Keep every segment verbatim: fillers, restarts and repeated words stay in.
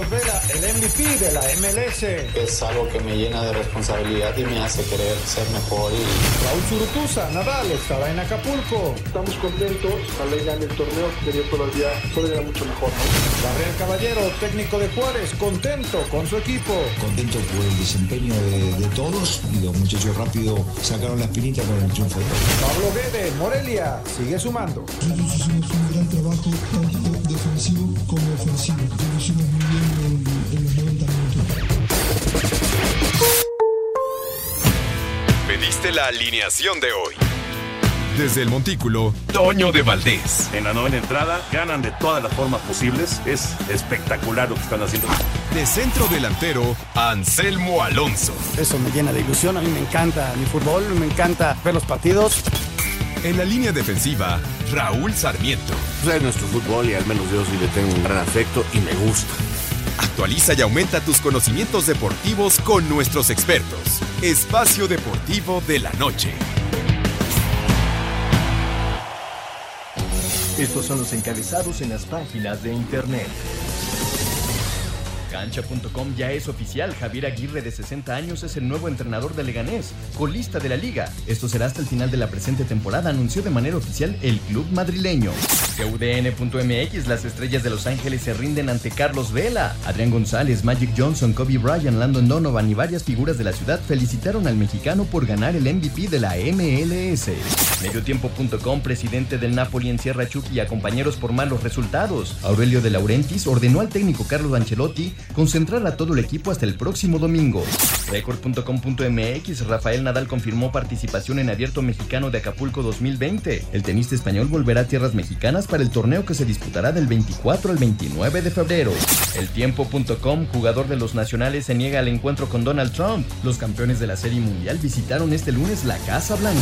Carlos Vela, el M V P de la M L S. Es algo que me llena de responsabilidad y me hace querer ser mejor. Y... Raúl Zurutuza, Nadal estará en Acapulco. Estamos contentos, ojalá y gane el torneo, sería todavía, todavía mucho mejor, ¿no? Gabriel Caballero, técnico de Juárez, contento con su equipo. Contento por el desempeño de, de todos y los muchachos rápido sacaron la espinita con el triunfo. Pablo Guede, Morelia, sigue sumando. Nosotros hicimos un gran trabajo, tanto defensivo como ofensivo. Lo hicimos muy bien en, en los noventa minutos. Pediste la alineación de hoy. Desde el Montículo, Toño de Valdés. En la novena entrada, ganan de todas las formas posibles. Es espectacular lo que están haciendo. De centro delantero, Anselmo Alonso. Eso me llena de ilusión. A mí me encanta mi fútbol, me encanta ver los partidos. En la línea defensiva, Raúl Sarmiento. Pues es nuestro fútbol y al menos yo sí le tengo un gran afecto y me gusta. Actualiza y aumenta tus conocimientos deportivos con nuestros expertos. Espacio Deportivo de la Noche. Estos son los encabezados en las páginas de internet. Cancha punto com ya es oficial. Javier Aguirre, de sesenta años, es el nuevo entrenador de Leganés, colista de la liga. Esto será hasta el final de la presente temporada, anunció de manera oficial el club madrileño. T U D N punto M X, las estrellas de Los Ángeles se rinden ante Carlos Vela. Adrián González, Magic Johnson, Kobe Bryant, Landon Donovan y varias figuras de la ciudad felicitaron al mexicano por ganar el M V P de la M L S. Mediotiempo punto com, presidente del Napoli encierra a Chucky y a compañeros por malos resultados. Aurelio de Laurentiis ordenó al técnico Carlo Ancelotti concentrar a todo el equipo hasta el próximo domingo. Record punto com punto M X, Rafael Nadal confirmó participación en Abierto Mexicano de Acapulco dos mil veinte. El tenista español volverá a tierras mexicanas para el torneo que se disputará del veinticuatro al veintinueve de febrero. El Tiempo punto com, jugador de los Nacionales se niega al encuentro con Donald Trump. Los campeones de la Serie Mundial visitaron este lunes la Casa Blanca.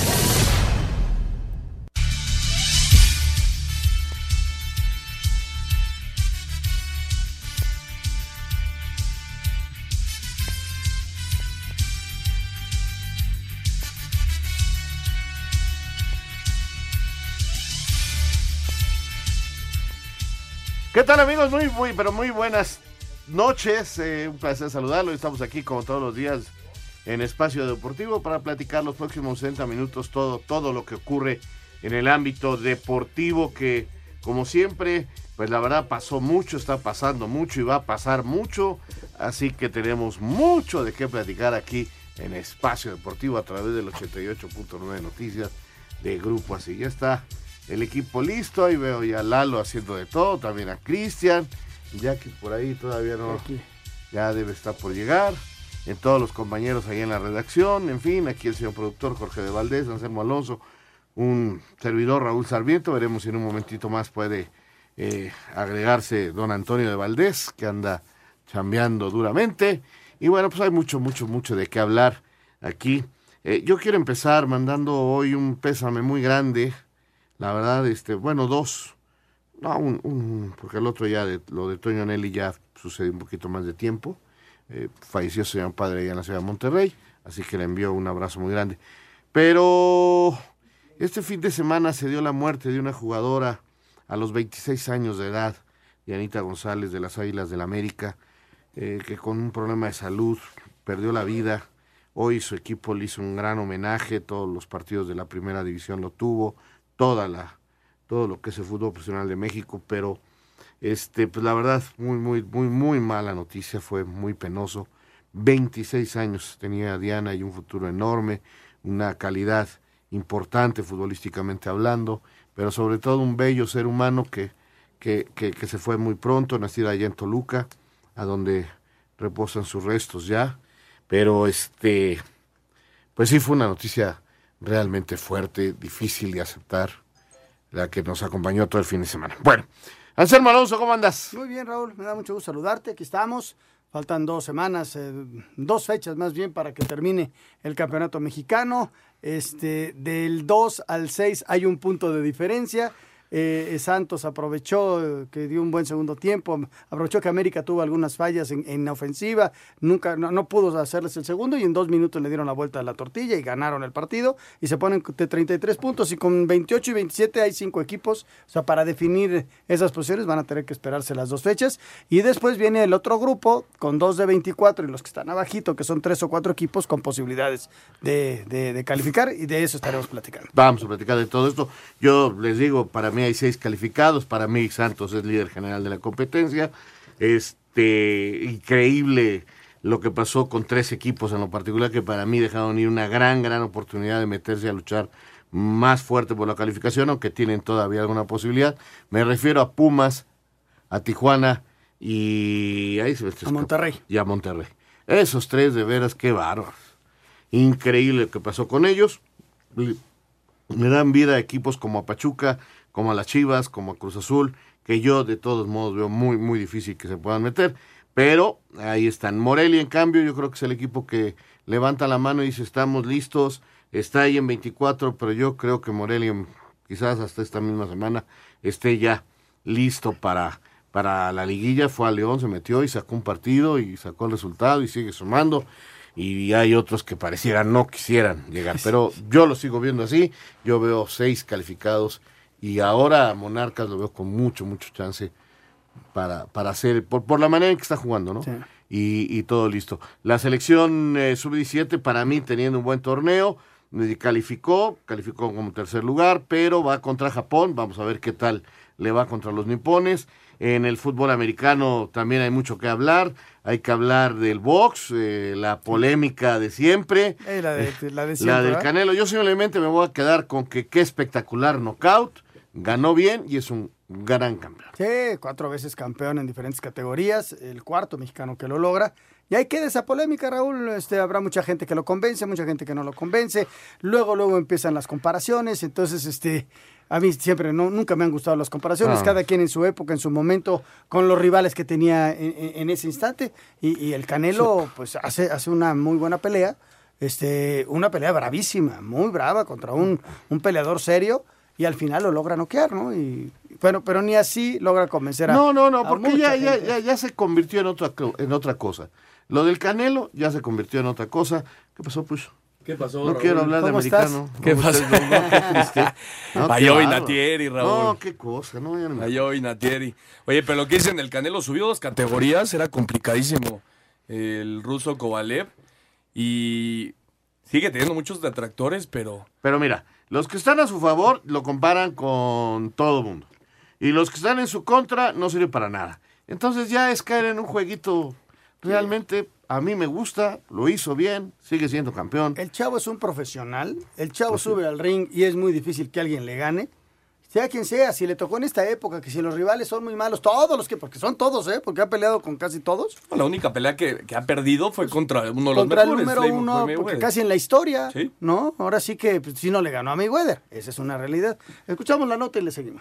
¿Qué tal, amigos? Muy, muy, pero muy buenas noches. Eh, un placer saludarlos. Estamos aquí como todos los días en Espacio Deportivo para platicar los próximos sesenta minutos todo, todo lo que ocurre en el ámbito deportivo que, como siempre, pues la verdad pasó mucho, está pasando mucho y va a pasar mucho. Así que tenemos mucho de qué platicar aquí en Espacio Deportivo a través del ochenta y ocho punto nueve Noticias de Grupo Así. Ya está el equipo listo, ahí veo ya a Lalo haciendo de todo, también a Cristian, ya que por ahí todavía no, ya debe estar por llegar, en todos los compañeros ahí en la redacción, en fin, aquí el señor productor Jorge de Valdés, Anselmo Alonso, un servidor Raúl Sarmiento, veremos si en un momentito más puede eh, agregarse don Antonio de Valdés, que anda chambeando duramente, y bueno, pues hay mucho, mucho, mucho de qué hablar aquí. Eh, yo quiero empezar mandando hoy un pésame muy grande. La verdad, este, bueno, dos, no, un, un, porque el otro ya, de, lo de Toño Nelly ya sucedió un poquito más de tiempo, eh, falleció su señor padre allá en la ciudad de Monterrey, así que le envío un abrazo muy grande. Pero este fin de semana se dio la muerte de una jugadora a los veintiséis años de edad, Dianita González de las Águilas del América, eh, que con un problema de salud perdió la vida. Hoy su equipo le hizo un gran homenaje, todos los partidos de la primera división lo tuvo, toda la todo lo que es el fútbol profesional de México, pero este pues la verdad muy muy muy muy mala noticia, fue muy penoso. veintiséis años tenía Diana y un futuro enorme, una calidad importante futbolísticamente hablando, pero sobre todo un bello ser humano que que que, que se fue muy pronto, nacida allá en Toluca, a donde reposan sus restos ya, pero este pues sí fue una noticia realmente fuerte, difícil de aceptar, la que nos acompañó todo el fin de semana. Bueno, Anselmo Alonso, ¿cómo andas? Muy bien, Raúl, me da mucho gusto saludarte, aquí estamos, faltan dos semanas, eh, dos fechas más bien para que termine el campeonato mexicano, este, del dos al seis hay un punto de diferencia, eh, Santos aprovechó eh, que dio un buen segundo tiempo, aprovechó que América tuvo algunas fallas en, en ofensiva, nunca no, no pudo hacerles el segundo y en dos minutos le dieron la vuelta a la tortilla y ganaron el partido y se ponen de treinta y tres puntos y con veintiocho y veintisiete hay cinco equipos, o sea, para definir esas posiciones van a tener que esperarse las dos fechas y después viene el otro grupo con dos de veinticuatro y los que están abajito, que son tres o cuatro equipos con posibilidades de, de, de calificar y de eso estaremos platicando. Vamos a platicar de todo esto. Yo les digo, para mí hay seis calificados, para mí Santos es líder general de la competencia. Este, increíble lo que pasó con tres equipos en lo particular que para mí dejaron ir una gran, gran oportunidad de meterse a luchar más fuerte por la calificación, aunque tienen todavía alguna posibilidad. Me refiero a Pumas, a Tijuana y ahí se a Monterrey. Y a Monterrey. Esos tres de veras, qué bárbaros. Increíble lo que pasó con ellos. Le dan vida a equipos como a Pachuca, como a las Chivas, como a Cruz Azul, que yo de todos modos veo muy, muy difícil que se puedan meter, pero ahí están. Morelia, en cambio, yo creo que es el equipo que levanta la mano y dice, estamos listos, está ahí en veinticuatro, pero yo creo que Morelia, quizás hasta esta misma semana, esté ya listo para, para la liguilla. Fue a León, se metió y sacó un partido y sacó el resultado y sigue sumando. Y hay otros que parecieran no quisieran llegar, pero yo lo sigo viendo así, yo veo seis calificados y ahora Monarcas lo veo con mucho, mucho chance para, para hacer, por, por la manera en que está jugando, ¿no? Sí. Y, y todo listo. La selección eh, sub diecisiete para mí teniendo un buen torneo, calificó, calificó como tercer lugar, pero va contra Japón, vamos a ver qué tal le va contra los nipones. En el fútbol americano también hay mucho que hablar, hay que hablar del box, eh, la polémica de siempre, eh, la, de, la, de siempre, la del ¿verdad? Canelo. Yo simplemente me voy a quedar con que qué espectacular knockout, ganó bien y es un gran campeón. Sí, cuatro veces campeón en diferentes categorías, el cuarto mexicano que lo logra. Y ahí queda esa polémica, Raúl. Este, habrá mucha gente que lo convence, mucha gente que no lo convence. Luego, luego empiezan las comparaciones. Entonces, este, a mí siempre, no, nunca me han gustado las comparaciones. Ah. Cada quien en su época, en su momento, con los rivales que tenía en, en, en ese instante. Y, y el Canelo, sí. pues, hace, hace una muy buena pelea. Este, una pelea bravísima, muy brava, contra un, un peleador serio. Y al final lo logra noquear, ¿no? Y bueno, pero ni así logra convencer a No, no, no, porque ya, ya, ya, ya se convirtió en otra, en otra cosa. Lo del Canelo ya se convirtió en otra cosa. ¿Qué pasó, Push? ¿Qué pasó, No Raúl? quiero hablar de americano. ¿Qué pasó? No, no, qué triste. No, Falló Vinatieri, Raúl. No, qué cosa. No, ya no me... Falló Vinatieri. Oye, pero lo que dicen, el Canelo subió dos categorías, era complicadísimo el ruso Kovalev y sigue teniendo muchos detractores, pero... Pero mira, los que están a su favor lo comparan con todo el mundo. Y los que están en su contra no sirven para nada. Entonces ya es caer en un jueguito... Realmente a mí me gusta, lo hizo bien, sigue siendo campeón. El chavo es un profesional, el chavo pues sube sí. al ring y es muy difícil que alguien le gane. Sea quien sea, si le tocó en esta época, que si los rivales son muy malos, todos los que, porque son todos, ¿eh? Porque ha peleado con casi todos. La única pelea que, que ha perdido fue contra uno de los contra mejores. Contra el número uno, porque casi en la historia, ¿sí? ¿no? Ahora sí que pues, si no le ganó a Mayweather, esa es una realidad. Escuchamos la nota y le seguimos.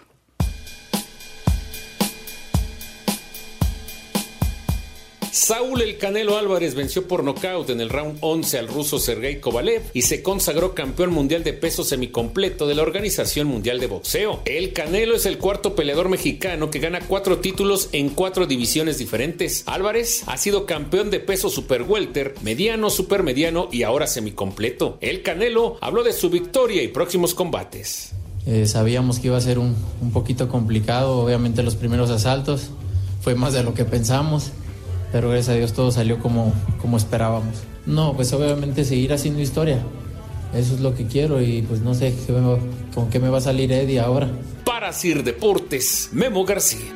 Saúl El Canelo Álvarez venció por nocaut en el round once al ruso Sergey Kovalev y se consagró campeón mundial de peso semicompleto de la Organización Mundial de Boxeo. El Canelo es el cuarto peleador mexicano que gana cuatro títulos en cuatro divisiones diferentes. Álvarez ha sido campeón de peso super welter, mediano, supermediano y ahora semicompleto. El Canelo habló de su victoria y próximos combates. Eh, sabíamos que iba a ser un, un poquito complicado, obviamente los primeros asaltos, fue más de lo que pensamos. Pero gracias a Dios todo salió como, como esperábamos. No, pues obviamente seguir haciendo historia. Eso es lo que quiero y pues no sé qué me, con qué me va a salir Eddie ahora. Para Sir Deportes, Memo García.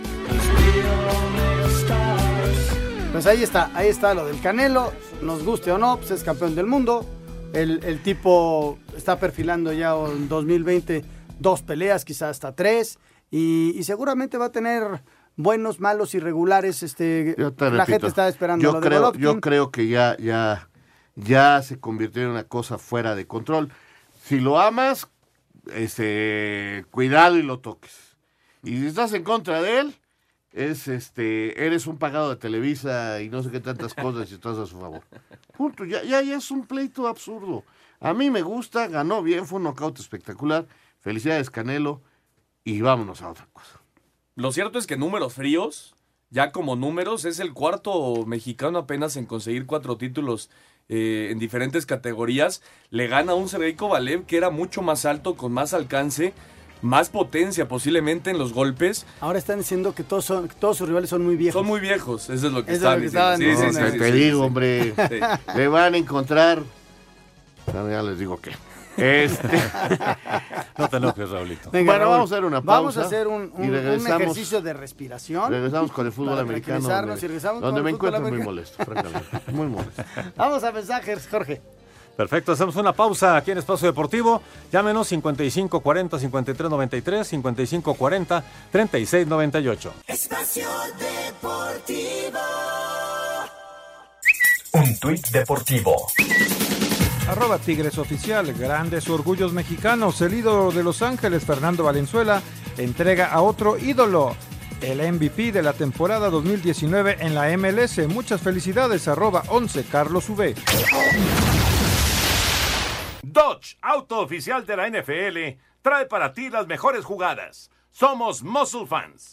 Pues ahí está, ahí está lo del Canelo. Nos guste o no, pues es campeón del mundo. El, el tipo está perfilando ya en dos mil veinte dos peleas, quizás hasta tres. Y, y seguramente va a tener... buenos, malos, irregulares, este, la repito, gente está esperando yo lo creo, de Golovkin. Yo creo que ya, ya, ya se convirtió en una cosa fuera de control. Si lo amas, este, cuidado y lo toques. Y si estás en contra de él, es este, eres un pagado de Televisa y no sé qué tantas cosas si estás a su favor. Punto, ya, ya, ya es un pleito absurdo. A mí me gusta, ganó bien, fue un knockout espectacular. Felicidades, Canelo. y vámonos a otra cosa. Lo cierto es que números fríos, ya como números, es el cuarto mexicano apenas en conseguir cuatro títulos eh, en diferentes categorías. Le gana a un Sergey Kovalev que era mucho más alto, con más alcance, más potencia posiblemente en los golpes. Ahora están diciendo que todos son, que todos sus rivales son muy viejos. Son muy viejos, eso es lo que Eso están es lo que diciendo. estaban Sí, diciendo. sí, sí, Te sí, digo, sí. hombre, Sí. le van a encontrar... No, ya les digo qué. Este... No te enojes, Raulito. Venga, bueno, Raúl, vamos a hacer una pausa. Vamos a hacer un, un, y un regresamos, ejercicio de respiración. Regresamos con el fútbol para americano. tranquilizarnos Donde, y regresamos donde con me el fútbol encuentro muy americano. molesto, francamente. Muy molesto. Vamos a mensajes, Jorge. Perfecto, hacemos una pausa aquí en Espacio Deportivo. Llámenos cincuenta y cinco cuarenta, cincuenta y tres noventa y tres, cincuenta y cinco cuarenta, treinta y seis noventa y ocho. Espacio Deportivo. Un tuit deportivo. Arroba Tigres Oficial, grandes orgullos mexicanos. El ídolo de Los Ángeles, Fernando Valenzuela, entrega a otro ídolo, el M V P de la temporada dos mil diecinueve en la M L S. Muchas felicidades, arroba once Carlos V. Dodge, auto oficial de la N F L, trae para ti las mejores jugadas. Somos Muscle Fans.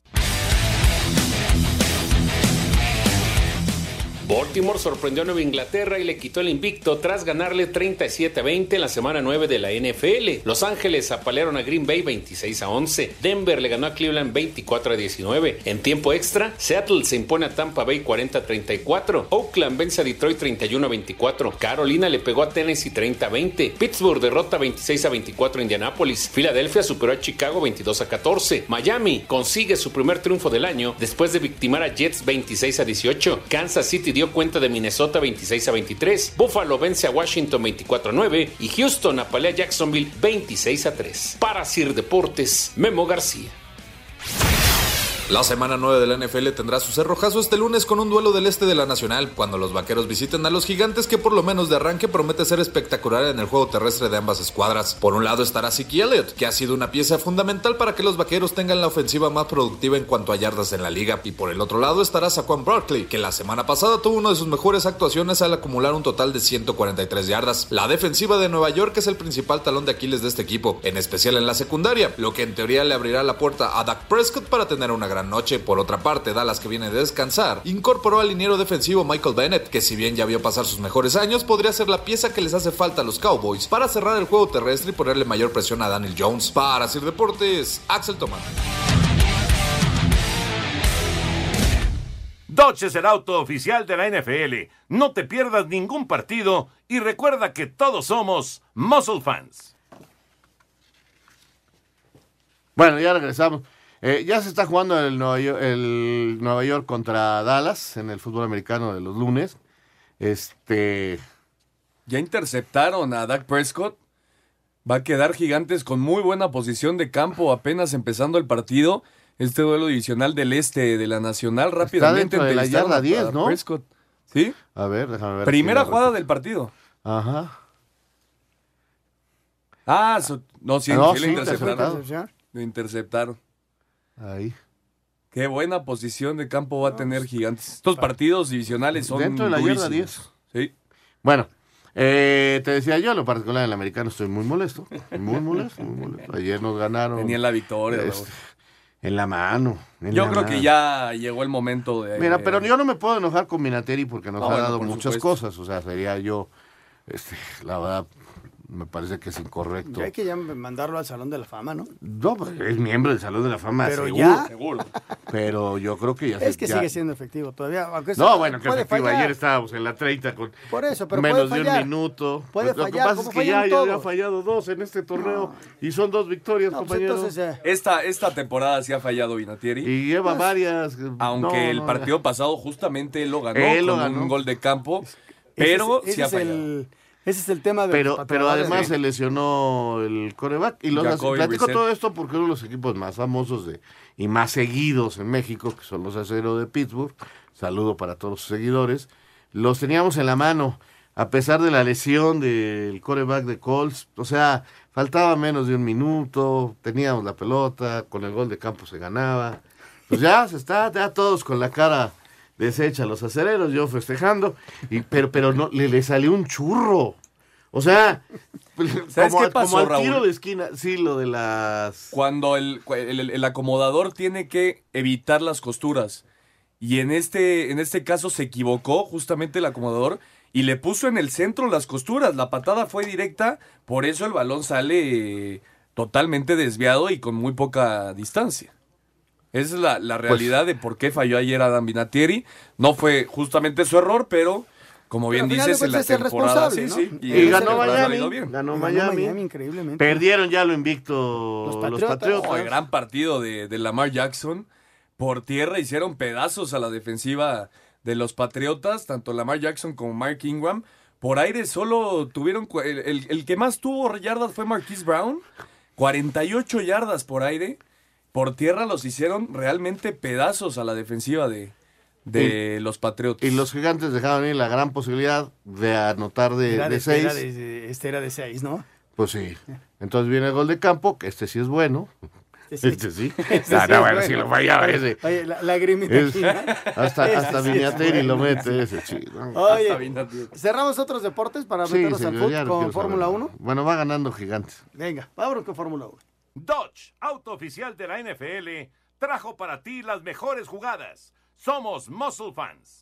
Baltimore sorprendió a Nueva Inglaterra y le quitó el invicto tras ganarle treinta y siete a veinte en la semana nueve de la N F L. Los Ángeles apalearon a Green Bay veintiséis a once. Denver le ganó a Cleveland veinticuatro a diecinueve. En tiempo extra, Seattle se impone a Tampa Bay cuarenta a treinta y cuatro. Oakland vence a Detroit treinta y uno a veinticuatro. Carolina le pegó a Tennessee treinta a veinte. Pittsburgh derrota veintiséis a veinticuatro a Indianapolis. Filadelfia superó a Chicago veintidós a catorce. Miami consigue su primer triunfo del año después de victimar a Jets veintiséis a dieciocho. Kansas City dio cuenta de Minnesota veintiséis a veintitrés. Buffalo vence a Washington veinticuatro a nueve y Houston apalea a Jacksonville veintiséis a tres. Para Sir Deportes, Memo García. La semana nueve de la N F L tendrá su cerrojazo este lunes con un duelo del este de la Nacional, cuando los Vaqueros visiten a los Gigantes, que por lo menos de arranque promete ser espectacular en el juego terrestre de ambas escuadras. Por un lado estará Zeke Elliott, que ha sido una pieza fundamental para que los Vaqueros tengan la ofensiva más productiva en cuanto a yardas en la liga, y por el otro lado estará Saquon Barkley, que la semana pasada tuvo una de sus mejores actuaciones al acumular un total de ciento cuarenta y tres yardas. La defensiva de Nueva York es el principal talón de Aquiles de este equipo, en especial en la secundaria, lo que en teoría le abrirá la puerta a Dak Prescott para tener una gran noche. Por otra parte, Dallas, que viene de descansar, incorporó al liniero defensivo Michael Bennett, que si bien ya vio pasar sus mejores años, podría ser la pieza que les hace falta a los Cowboys para cerrar el juego terrestre y ponerle mayor presión a Daniel Jones. Para Sir Deportes, Axel Tomás. Dodge es el auto oficial de la N F L. No te pierdas ningún partido y recuerda que todos somos Muscle Fans. Bueno, ya regresamos. Eh, ya se está jugando el Nueva, York, el Nueva York contra Dallas en el fútbol americano de los lunes. Este... Ya interceptaron a Dak Prescott. Va a quedar Gigantes con muy buena posición de campo apenas empezando el partido. Este duelo divisional del este de la Nacional rápidamente. Está dentro de la yarda diez, ¿no? Prescott. ¿Sí? A ver, déjame ver. Primera jugada del partido. Ajá. Ah, so, no, sí, no, sí, sí lo interceptaron. interceptaron. Lo interceptaron. Ahí. Qué buena posición de campo va a tener Gigantes. Estos partidos divisionales son dentro de la yarda durísimos. diez. Sí. Bueno, eh, te decía yo, en lo particular en el americano estoy muy molesto. Muy molesto, muy molesto. Ayer nos ganaron. Tenían la victoria. Este, en la mano. En yo la creo mano. que ya llegó el momento de... Mira, pero yo no me puedo enojar con Vinatieri porque nos no, ha bueno, dado por muchas supuesto. cosas. O sea, sería yo, este, la verdad, me parece que es incorrecto. Ya hay que ya mandarlo al Salón de la Fama, ¿no? No, pues, es miembro del Salón de la Fama, Pero seguro. ya. Seguro. Pero yo creo que ya Es que ya... sigue siendo efectivo todavía. Aunque No, eso bueno, que puede efectivo. fallar. Ayer estábamos en la treinta con Por eso, pero menos puede de fallar. un minuto. Puede Pues, lo fallar, que pasa como es que ya, fallan ya había todos. fallado dos en este torneo y son dos victorias, No, pues compañero. entonces, eh, Esta, esta temporada sí ha fallado Vinatieri. Y lleva Pues, varias. Aunque no, el no, partido pasado justamente él lo ganó Él con lo ganó. un gol de campo. ese Pero es- ese sí ha es fallado. el, ese es el tema de Pero, los pero pateadores, además ¿no? se lesionó el coreback. Y los Jacoby platico Brissett. todo esto porque uno de los equipos más famosos de y más seguidos en México, que son los Aceros de Pittsburgh, saludo para todos sus seguidores, los teníamos en la mano, a pesar de la lesión del coreback de Colts. O sea, faltaba menos de un minuto, teníamos la pelota, con el gol de campo se ganaba. Pues ya se está, ya todos con la cara deshecha los acereros, yo festejando, y, pero, pero no, le, le salió un churro. O sea, ¿sabes como, qué pasó, como al Raúl? tiro de esquina, sí, lo de las... Cuando el, el, el acomodador tiene que evitar las costuras. Y en este, en este caso se equivocó justamente el acomodador y le puso en el centro las costuras. La patada fue directa, por eso el balón sale eh, totalmente desviado y con muy poca distancia. Esa es la, la realidad pues, de por qué falló ayer Adam Vinatieri. No fue justamente su error, pero... Como bien dices, en la temporada, sí, ¿no? sí. Y, y ganó Miami, Miami, bien. ganó Ganó Miami. Miami increíblemente. Perdieron ya lo invicto los Patriotas. Los Patriotas. Oh, el gran partido de, de Lamar Jackson. Por tierra hicieron pedazos a la defensiva de los Patriotas, tanto Lamar Jackson como Mark Ingram. Por aire solo tuvieron, el, el, el que más tuvo yardas fue Marquise Brown, cuarenta y ocho yardas por aire. Por tierra los hicieron realmente pedazos a la defensiva de... de y, los Patriotas. Y los Gigantes dejaron ir la gran posibilidad de anotar de, era de, de seis. Era de, este era de seis, ¿no? Pues sí. Entonces viene el gol de campo, que este sí es bueno. Este, este sí. Este no, sí no, es bueno, bueno. si lo fallaba ese. Oye, la, la grimita es, aquí, ¿no? Hasta, Este hasta sí Vinatieri es lo bueno. mete ese chido. Oye, cerramos otros deportes para sí, meternos sí, al fútbol no con Fórmula saber. uno. Bueno, va ganando Gigantes. Venga, vámonos con Fórmula uno. Dodge, auto oficial de la N F L, trajo para ti las mejores jugadas. Somos Muscle Fans.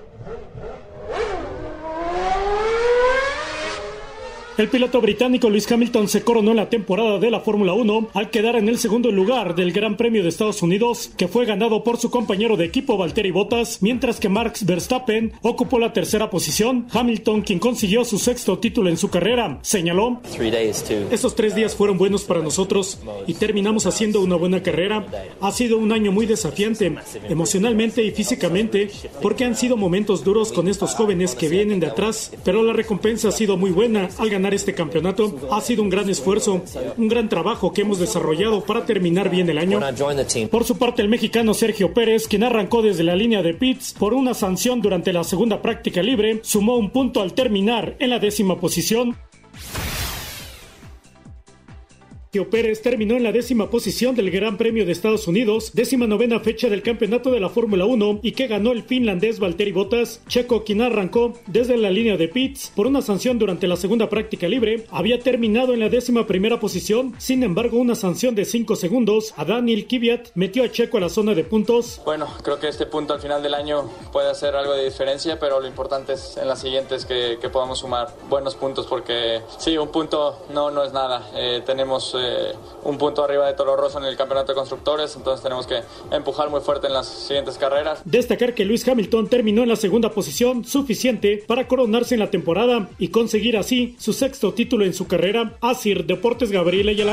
El piloto británico Lewis Hamilton se coronó en la temporada de la Fórmula uno al quedar en el segundo lugar del Gran Premio de Estados Unidos, que fue ganado por su compañero de equipo Valtteri Bottas, mientras que Max Verstappen ocupó la tercera posición. Hamilton, quien consiguió su sexto título en su carrera, señaló: estos tres días fueron buenos para nosotros y terminamos haciendo una buena carrera. Ha sido un año muy desafiante, emocionalmente y físicamente, porque han sido momentos duros con estos jóvenes que vienen de atrás, pero la recompensa ha sido muy buena al ganar este campeonato. Ha sido un gran esfuerzo, un gran trabajo que hemos desarrollado para terminar bien el año. Por su parte, el mexicano Sergio Pérez, quien arrancó desde la línea de pits por una sanción durante la segunda práctica libre, sumó un punto al terminar en la décima posición. Sergio Pérez terminó en la décima posición del Gran Premio de Estados Unidos, décima novena fecha del campeonato de la Fórmula uno, y que ganó el finlandés Valtteri Bottas. Checo, quien arrancó desde la línea de pits por una sanción durante la segunda práctica libre, había terminado en la décima primera posición. Sin embargo, una sanción de cinco segundos a Daniel Kvyat metió a Checo a la zona de puntos. Bueno, creo que este punto al final del año puede hacer algo de diferencia, pero lo importante es en las siguientes que, que podamos sumar buenos puntos, porque sí, un punto no, no es nada. Eh, tenemos Eh, un punto arriba de Toro Rosso en el campeonato de constructores, entonces tenemos que empujar muy fuerte en las siguientes carreras. Destacar que Lewis Hamilton terminó en la segunda posición, suficiente para coronarse en la temporada y conseguir así su sexto título en su carrera. Asir Deportes, Gabriel Ayala.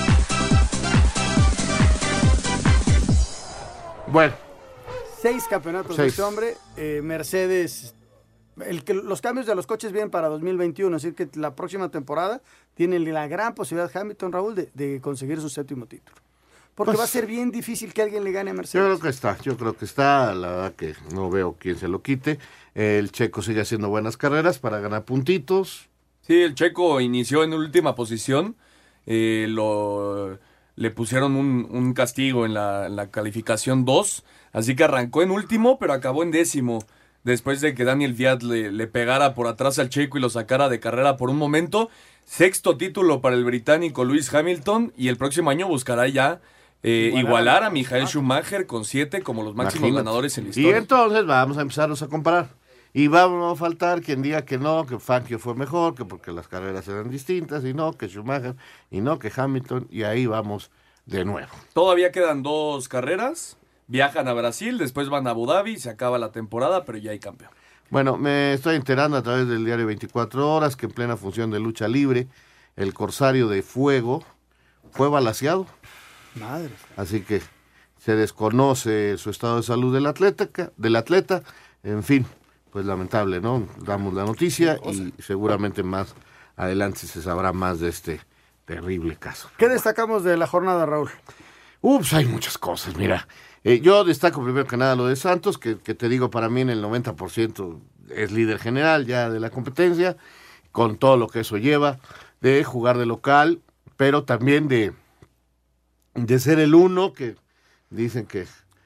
Bueno, seis campeonatos seis. de este hombre. eh, Mercedes. El que los cambios de los coches vienen para dos mil veintiuno, es decir, que la próxima temporada tiene la gran posibilidad Hamilton, Raúl, de, de conseguir su séptimo título. Porque Pues, va a ser bien difícil que alguien le gane a Mercedes. Yo creo que está, yo creo que está, la verdad que no veo quién se lo quite. El Checo sigue haciendo buenas carreras para ganar puntitos. Sí, el Checo inició en última posición, eh, lo, le pusieron un, un castigo en la, en la calificación dos, así que arrancó en último, pero acabó en décimo. Después de que Daniel Kvyat le, le pegara por atrás al Checo y lo sacara de carrera por un momento. Sexto título para el británico Lewis Hamilton, y el próximo año buscará ya eh, igualar, igualar a Michael Schumacher con siete como los máximos Imagínate. ganadores en la Y historia. entonces vamos a empezarnos a comparar. Y va a faltar quien diga que no, que Fangio fue mejor, que porque las carreras eran distintas, y no, que Schumacher, y no, que Hamilton, y ahí vamos de nuevo. Todavía quedan dos carreras. Viajan a Brasil, después van a Abu Dhabi, se acaba la temporada, pero ya hay campeón. Bueno, me estoy enterando a través del diario veinticuatro horas que en plena función de lucha libre, el Corsario de Fuego fue balaceado. Madre. Así que se desconoce su estado de salud del atleta, del atleta. En fin, pues lamentable, ¿no? Damos la noticia y seguramente más adelante se sabrá más de este terrible caso. ¿Qué destacamos de la jornada, Raúl? Ups, hay muchas cosas, mira. Eh, yo destaco primero que nada lo de Santos, que, que te digo, para mí en el noventa por ciento es líder general ya de la competencia, con todo lo que eso lleva, de jugar de local, pero también de, de ser el uno, que dicen que,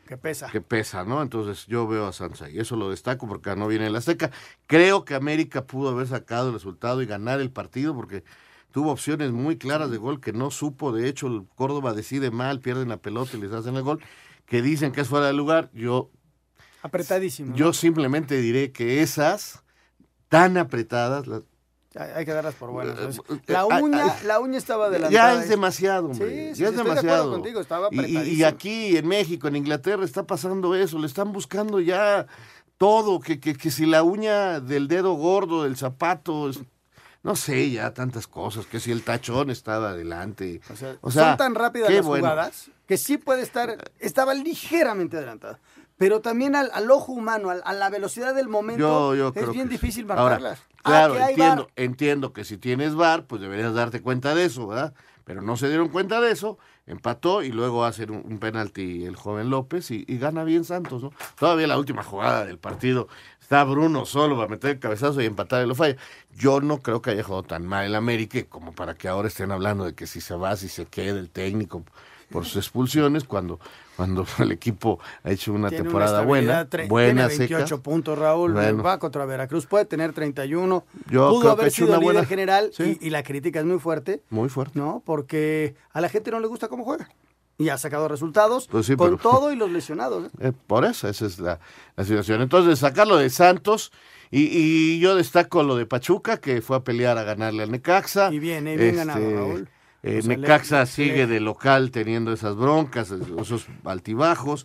Que pesa. Que pesa, ¿no? Entonces yo veo a Santos ahí. Eso lo destaco porque no viene el Azteca. Creo que América pudo haber sacado el resultado y ganar el partido porque tuvo opciones muy claras de gol que no supo. De hecho, el Córdoba decide mal, pierden la pelota y les hacen el gol. Que dicen que es fuera de lugar. Yo... Apretadísimo. Yo ¿no? simplemente diré que esas tan apretadas... Las, hay que darlas por buenas. La uña, la uña estaba adelantada. Ya es demasiado, hombre. Sí, sí, ya es estoy demasiado. de acuerdo contigo, estaba apretadísimo. Y, y aquí en México, en Inglaterra, está pasando eso. Le están buscando ya todo. Que, que, que si la uña del dedo gordo, del zapato, no sé, ya tantas cosas. Que si el tachón estaba adelante. O sea, o sea son tan rápidas las bueno. jugadas que sí puede estar, estaba ligeramente adelantada. Pero también al, al ojo humano, al, a la velocidad del momento, yo, yo es creo bien que difícil sí. marcarlas. Ahora, claro, ah, entiendo, entiendo que si tienes V A R, pues deberías darte cuenta de eso, ¿verdad? Pero no se dieron cuenta de eso, empató y luego hace un, un penalti el joven López y, y gana bien Santos, ¿no? Todavía la última jugada del partido, está Bruno solo para meter el cabezazo y empatar y lo falla. Yo no creo que haya jugado tan mal el América como para que ahora estén hablando de que si se va, si se queda el técnico por sus expulsiones, cuando, cuando el equipo ha hecho una tiene temporada una buena, tre- buena, tiene veintiocho seca. puntos, Raúl, Bueno. va contra Veracruz, puede tener treinta y uno, Yo pudo creo que ha haber hecho sido una líder buena- general Sí. y, y la crítica es muy fuerte, Muy fuerte. ¿no? Porque a la gente no le gusta cómo juega y ha sacado resultados Pues sí, con pero- todo y los lesionados. ¿eh? Eh, por eso, esa es la, la situación. Entonces, sacarlo de Santos, y, y yo destaco lo de Pachuca, que fue a pelear a ganarle al Necaxa. Y bien, eh, bien ganado, Raúl. eh, O sea, Necaxa le- sigue le- de local teniendo esas broncas, esos altibajos.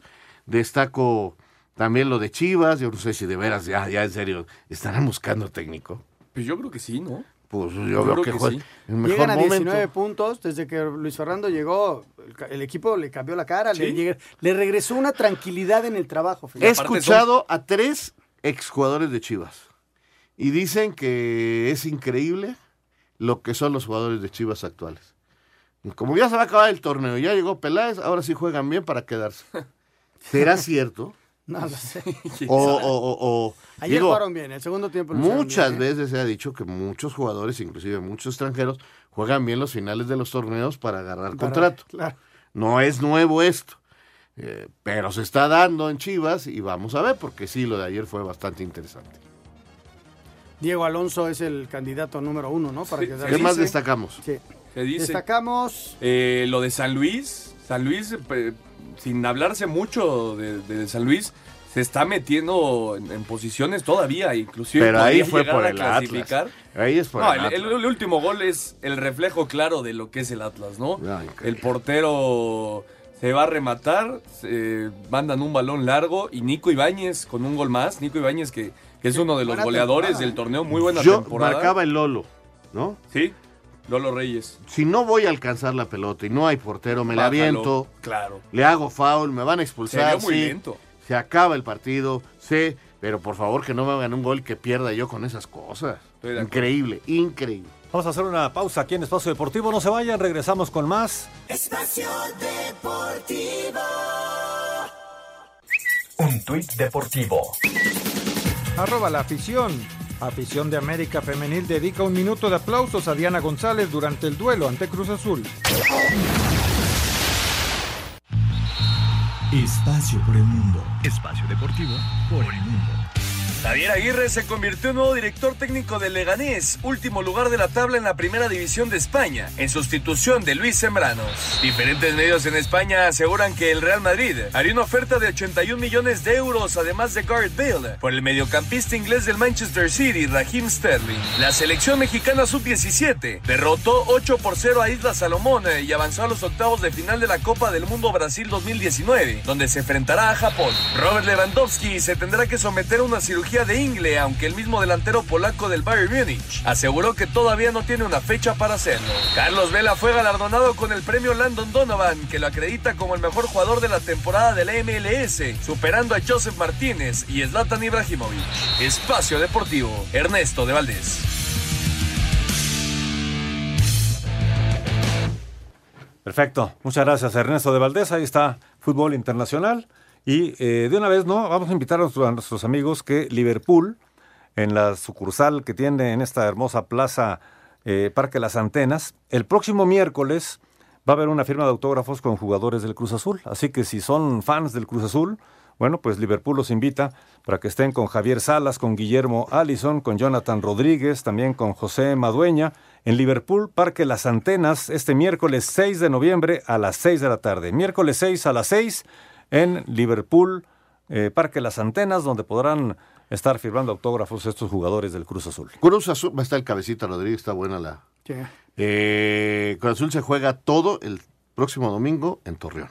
Destaco también lo de Chivas, yo no sé si de veras, ya, ya en serio, ¿estarán buscando técnico? Pues yo creo que sí, ¿no? Pues yo, Yo veo creo que, que juega sí. en mejor Llegan a momento. diecinueve puntos, desde que Luis Fernando llegó, el, ca- el equipo le cambió la cara, le, Sí. llega- le regresó una tranquilidad en el trabajo. He fíjate. escuchado a tres exjugadores de Chivas y dicen que es increíble lo que son los jugadores de Chivas actuales. Como ya se va a acabar el torneo, ya llegó Peláez, ahora sí juegan bien para quedarse. ¿Será cierto? No lo sé. O, o, o, o- Ayer digo, jugaron bien, el segundo tiempo lo hicieron muchas bien, ¿eh? veces se ha dicho que muchos jugadores, inclusive muchos extranjeros, juegan bien los finales de los torneos para agarrar Para- contrato. claro. No es nuevo esto, eh, pero se está dando en Chivas y vamos a ver, porque sí, lo de ayer fue bastante interesante. Diego Alonso es el candidato número uno, ¿no? Para Sí, quedarse. ¿Qué más destacamos? Sí. Se dice. Destacamos Eh, lo de San Luis, San Luis, eh, sin hablarse mucho de, de San Luis, se está metiendo en, en posiciones todavía, inclusive. Pero ahí podría fue llegar por a el clasificar. Atlas. Ahí es por No, el el, Atlas. el- el último gol es el reflejo claro de lo que es el Atlas, ¿no? Ah, El portero se va a rematar, se mandan un balón largo y Nico Ibáñez con un gol más. Nico Ibáñez que, que es uno de los Buena goleadores temporada, del ¿eh? torneo, muy buena Yo temporada. marcaba el Lolo, ¿no? Sí, Lolo Reyes. Si no voy a alcanzar la pelota y no hay portero, me la Bájalo, aviento, Claro. le hago foul, me van a Se expulsar, vio muy sí, lento. se acaba el partido, sí, pero por favor que no me hagan un gol que pierda yo con esas cosas. Estoy de acuerdo. Increíble, increíble. Vamos a hacer una pausa aquí en Espacio Deportivo. No se vayan, regresamos con más. Espacio Deportivo. Un tuit deportivo. Arroba la afición. Afición de América Femenil dedica un minuto de aplausos a Diana González durante el duelo ante Cruz Azul. Espacio por el mundo. Espacio deportivo por el mundo. Javier Aguirre se convirtió en nuevo director técnico de Leganés, último lugar de la tabla en la primera división de España, en sustitución de Luis Sembranos. Diferentes medios en España aseguran que el Real Madrid haría una oferta de ochenta y un millones de euros, además de Gareth Bale, por el mediocampista inglés del Manchester City, Raheem Sterling. La selección mexicana sub diecisiete derrotó ocho por cero a Isla Salomón y avanzó a los octavos de final de la Copa del Mundo Brasil dos mil diecinueve, donde se enfrentará a Japón. Robert Lewandowski se tendrá que someter a una cirugía de ingle, aunque el mismo delantero polaco del Bayern Múnich aseguró que todavía no tiene una fecha para hacerlo. Carlos Vela fue galardonado con el premio Landon Donovan, que lo acredita como el mejor jugador de la temporada de la M L S, superando a Joseph Martínez y Zlatan Ibrahimovic. Espacio Deportivo, Ernesto de Valdés. Perfecto, muchas gracias Ernesto de Valdés, ahí está Fútbol Internacional. Y eh, de una vez, ¿no? Vamos a invitar a nuestros, a nuestros amigos que Liverpool, en la sucursal que tiene en esta hermosa plaza eh, Parque Las Antenas, el próximo miércoles va a haber una firma de autógrafos con jugadores del Cruz Azul. Así que si son fans del Cruz Azul, bueno, pues Liverpool los invita para que estén con Javier Salas, con Guillermo Allison, con Jonathan Rodríguez, también con José Madueña, en Liverpool, Parque Las Antenas, este miércoles seis de noviembre a las seis de la tarde. Miércoles seis a las seis en Liverpool, eh, Parque Las Antenas, donde podrán estar firmando autógrafos estos jugadores del Cruz Azul. Cruz Azul, va a estar el Cabecita Rodríguez, está buena la... Sí. Eh, Cruz Azul se juega todo el próximo domingo en Torreón.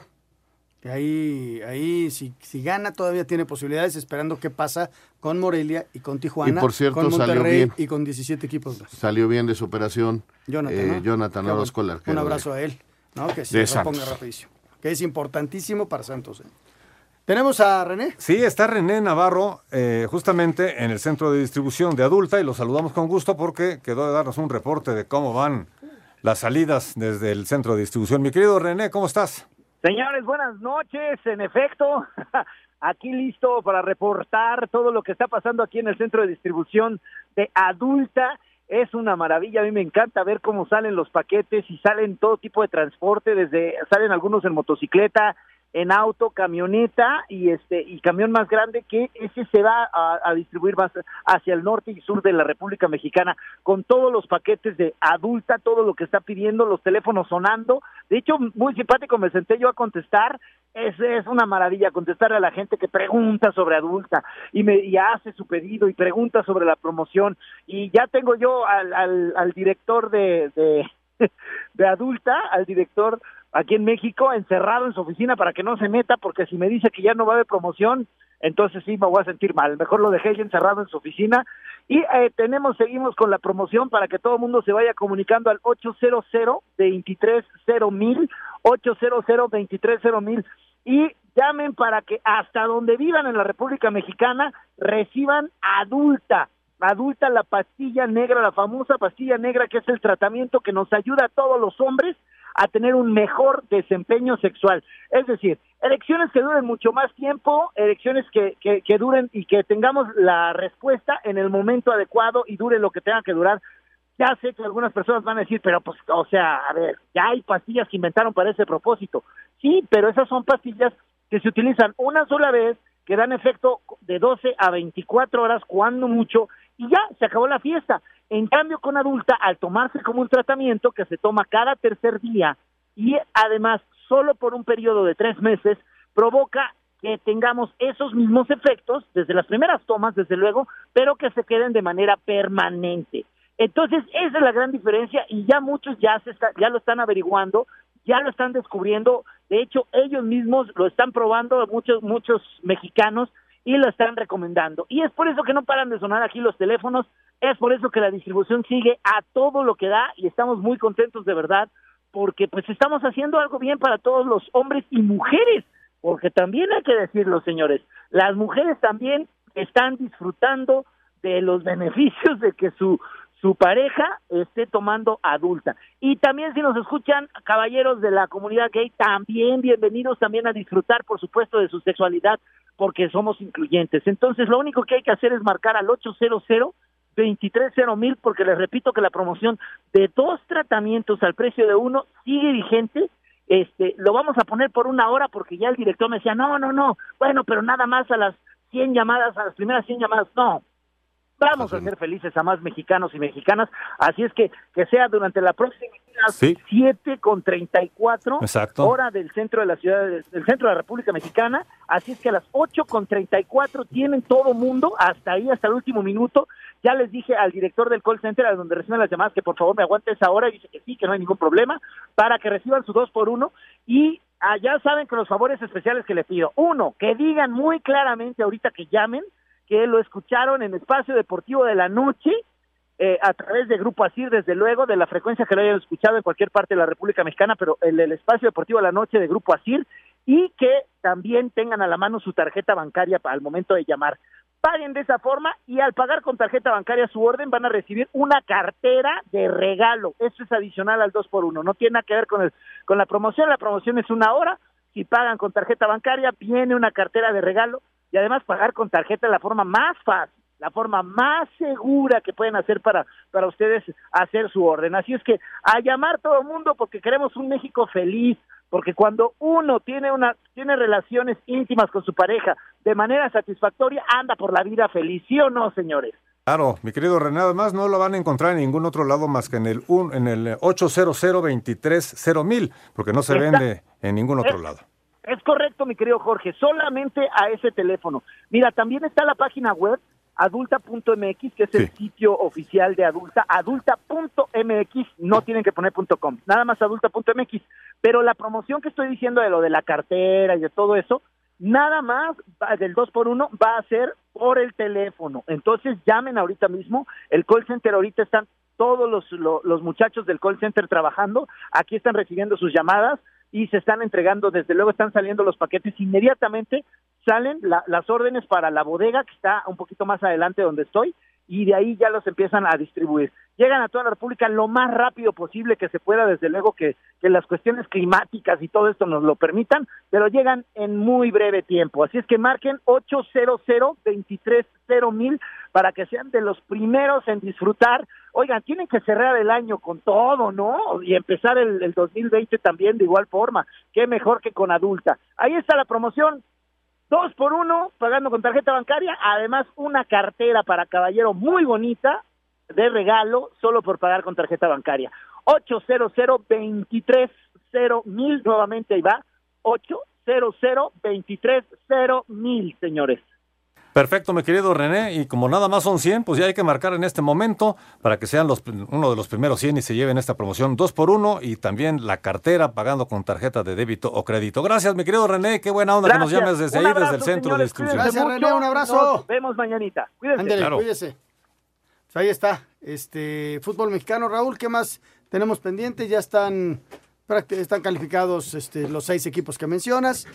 Y ahí, ahí si, si gana todavía tiene posibilidades, esperando qué pasa con Morelia y con Tijuana, y por cierto, con Monterrey salió bien. y con diecisiete equipos. Salió bien de su operación Jonathan, eh, ¿no? Jonathan Orozco, el arquero. Un abrazo de, a él, ¿no? Que se reponga Santos. rapidísimo. Que es importantísimo para Santos. ¿eh? ¿Tenemos a René? Sí, está René Navarro, eh, justamente en el centro de distribución de Adulta, y lo saludamos con gusto porque quedó de darnos un reporte de cómo van las salidas desde el centro de distribución. Mi querido René, ¿cómo estás? Señores, buenas noches. En efecto, aquí listo para reportar todo lo que está pasando aquí en el centro de distribución de Adulta. Es una maravilla, a mí me encanta ver cómo salen los paquetes y salen todo tipo de transporte, desde salen algunos en motocicleta, en auto, camioneta y este y camión más grande, que ese se va a, a distribuir más hacia el norte y sur de la República Mexicana, con todos los paquetes de Adulta, todo lo que está pidiendo, los teléfonos sonando. De hecho, muy simpático, me senté yo a contestar. Es, es una maravilla contestarle a la gente que pregunta sobre Adulta y me y hace su pedido y pregunta sobre la promoción. Y ya tengo yo al, al, al director de, de, de Adulta, al director aquí en México, encerrado en su oficina para que no se meta, porque si me dice que ya no va a haber promoción, entonces sí me voy a sentir mal. Mejor lo dejé ya encerrado en su oficina. Y eh, tenemos, seguimos con la promoción para que todo el mundo se vaya comunicando al ocho cero cero, veintitrés cero mil, ocho cero cero, veintitrés cero mil, y llamen para que hasta donde vivan en la República Mexicana reciban Adulta. Adulta, la pastilla negra, la famosa pastilla negra, que es el tratamiento que nos ayuda a todos los hombres a tener un mejor desempeño sexual. Es decir, erecciones que duren mucho más tiempo, erecciones que, que, que duren y que tengamos la respuesta en el momento adecuado y dure lo que tenga que durar. Ya sé que algunas personas van a decir, pero pues, o sea, a ver, ya hay pastillas que inventaron para ese propósito. Sí, pero esas son pastillas que se utilizan una sola vez, que dan efecto de doce a veinticuatro horas, cuando mucho, y ya, se acabó la fiesta. En cambio, con Adulta, al tomarse como un tratamiento que se toma cada tercer día, y además solo por un periodo de tres meses, provoca que tengamos esos mismos efectos, desde las primeras tomas, desde luego, pero que se queden de manera permanente. Entonces, esa es la gran diferencia, y ya muchos ya, se está, ya lo están averiguando, ya lo están descubriendo. De hecho, ellos mismos lo están probando, muchos muchos mexicanos, y lo están recomendando. Y es por eso que no paran de sonar aquí los teléfonos, es por eso que la distribución sigue a todo lo que da, y estamos muy contentos de verdad, porque pues estamos haciendo algo bien para todos los hombres y mujeres, porque también hay que decirlo, señores, las mujeres también están disfrutando de los beneficios de que su su pareja esté tomando Adulta. Y también, si nos escuchan, caballeros de la comunidad gay, también bienvenidos también a disfrutar, por supuesto, de su sexualidad, porque somos incluyentes. Entonces, lo único que hay que hacer es marcar al ocho cero cero, veintitrés cero mil, porque les repito que la promoción de dos tratamientos al precio de uno sigue vigente. Este, lo vamos a poner por una hora, porque ya el director me decía, no, no, no, bueno, pero nada más a las cien llamadas, a las primeras cien llamadas, no. Vamos a ser felices a más mexicanos y mexicanas, así es que que sea durante la próxima sí. siete con treinta y cuatro, Exacto. hora del centro de la ciudad, del centro de la República Mexicana, así es que a las ocho con treinta y cuatro tienen todo mundo, hasta ahí, hasta el último minuto. Ya les dije al director del call center, a donde reciben las llamadas, que por favor me aguante esa hora, y dice que sí, que no hay ningún problema, para que reciban su dos por uno, y allá saben que los favores especiales que le pido, uno, que digan muy claramente ahorita que llamen, que lo escucharon en Espacio Deportivo de la Noche, eh, a través de Grupo Asir, desde luego, de la frecuencia que lo hayan escuchado en cualquier parte de la República Mexicana, pero el, el Espacio Deportivo de la Noche de Grupo Asir, y que también tengan a la mano su tarjeta bancaria para el momento de llamar. Paguen de esa forma, y al pagar con tarjeta bancaria su orden van a recibir una cartera de regalo. Eso es adicional al dos por uno, no tiene nada que ver con, el, con la promoción. La promoción es una hora. Si pagan con tarjeta bancaria, viene una cartera de regalo. Y además, pagar con tarjeta es la forma más fácil, la forma más segura que pueden hacer para, para ustedes hacer su orden. Así es que a llamar todo el mundo porque queremos un México feliz, porque cuando uno tiene una tiene relaciones íntimas con su pareja de manera satisfactoria, anda por la vida feliz, ¿sí o no, señores? Claro, mi querido René, además no lo van a encontrar en ningún otro lado más que en el un, en el ocho cero cero veintitrés cero mil, porque no se Está, vende en ningún otro es, lado. Es correcto, mi querido Jorge, solamente a ese teléfono. Mira, también está la página web adulta punto m x, que es el sí. sitio oficial de Adulta, adulta punto m x, no tienen que poner .com, nada más adulta punto m x, pero la promoción que estoy diciendo de lo de la cartera y de todo eso, nada más del dos por uno va a ser por el teléfono. Entonces llamen ahorita mismo, el call center ahorita están todos los, los, los muchachos del call center trabajando, aquí están recibiendo sus llamadas y se están entregando, desde luego están saliendo los paquetes, inmediatamente salen la, las órdenes para la bodega que está un poquito más adelante donde estoy, y de ahí ya los empiezan a distribuir. Llegan a toda la República lo más rápido posible que se pueda, desde luego que, que las cuestiones climáticas y todo esto nos lo permitan, pero llegan en muy breve tiempo. Así es que marquen ocho cero cero veintitrés cero mil para que sean de los primeros en disfrutar. Oigan, tienen que cerrar el año con todo, ¿no? Y empezar el, el dos mil veinte también de igual forma. Qué mejor que con Adulta. Ahí está la promoción. Dos por uno, pagando con tarjeta bancaria, además una cartera para caballero muy bonita, de regalo, solo por pagar con tarjeta bancaria. ocho cero cero veintitrés cero mil, nuevamente ahí va, ocho cero cero veintitrés cero mil, señores. Perfecto, mi querido René, y como nada más son cien, pues ya hay que marcar en este momento para que sean los uno de los primeros cien y se lleven esta promoción dos por uno y también la cartera pagando con tarjeta de débito o crédito. Gracias, mi querido René, qué buena onda Gracias. que nos llames desde un ahí, abrazo, desde el centro señores, de distribución. Gracias, René, un abrazo. Nos vemos mañanita. Cuídense. Ándale, claro. Cuídese. Pues ahí está, este fútbol mexicano. Raúl, ¿qué más tenemos pendiente? Ya están... Están calificados este, los seis equipos que mencionas,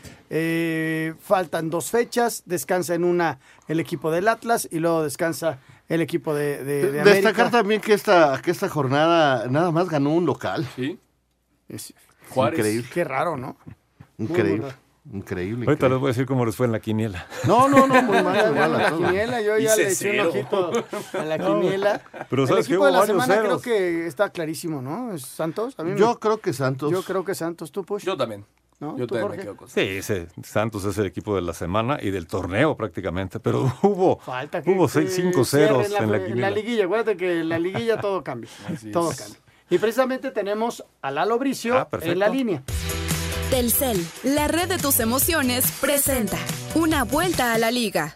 eh, faltan dos fechas, descansa en una el equipo del Atlas y luego descansa el equipo de, de, de América. Destacar también que esta, que esta jornada nada más ganó un local. Sí. Es, Juárez. Increíble. Qué raro, ¿no? Increíble. Increíble. Ahorita les voy a decir cómo les fue en la quiniela. No, no, no, muy mal. Bueno, la quiniela, yo ya le eché un ojito a la quiniela. Pero el equipo de la semana ceros. Creo que está clarísimo, ¿no? ¿Es Santos? A mí yo me... creo que Santos. Yo creo que Santos, ¿tú, Push? Yo también. ¿No? Yo ¿Tú, también Jorge? me quedo con Sí, ese Santos es el equipo de la semana y del torneo prácticamente, pero hubo Falta que, hubo seis, cinco ceros en la, en la quiniela. En la liguilla, acuérdate que en la liguilla todo cambia. Así todo es. cambia. Y precisamente tenemos a Lalo Bricio ah, en la línea. Telcel, la red de tus emociones, presenta Una Vuelta a la Liga.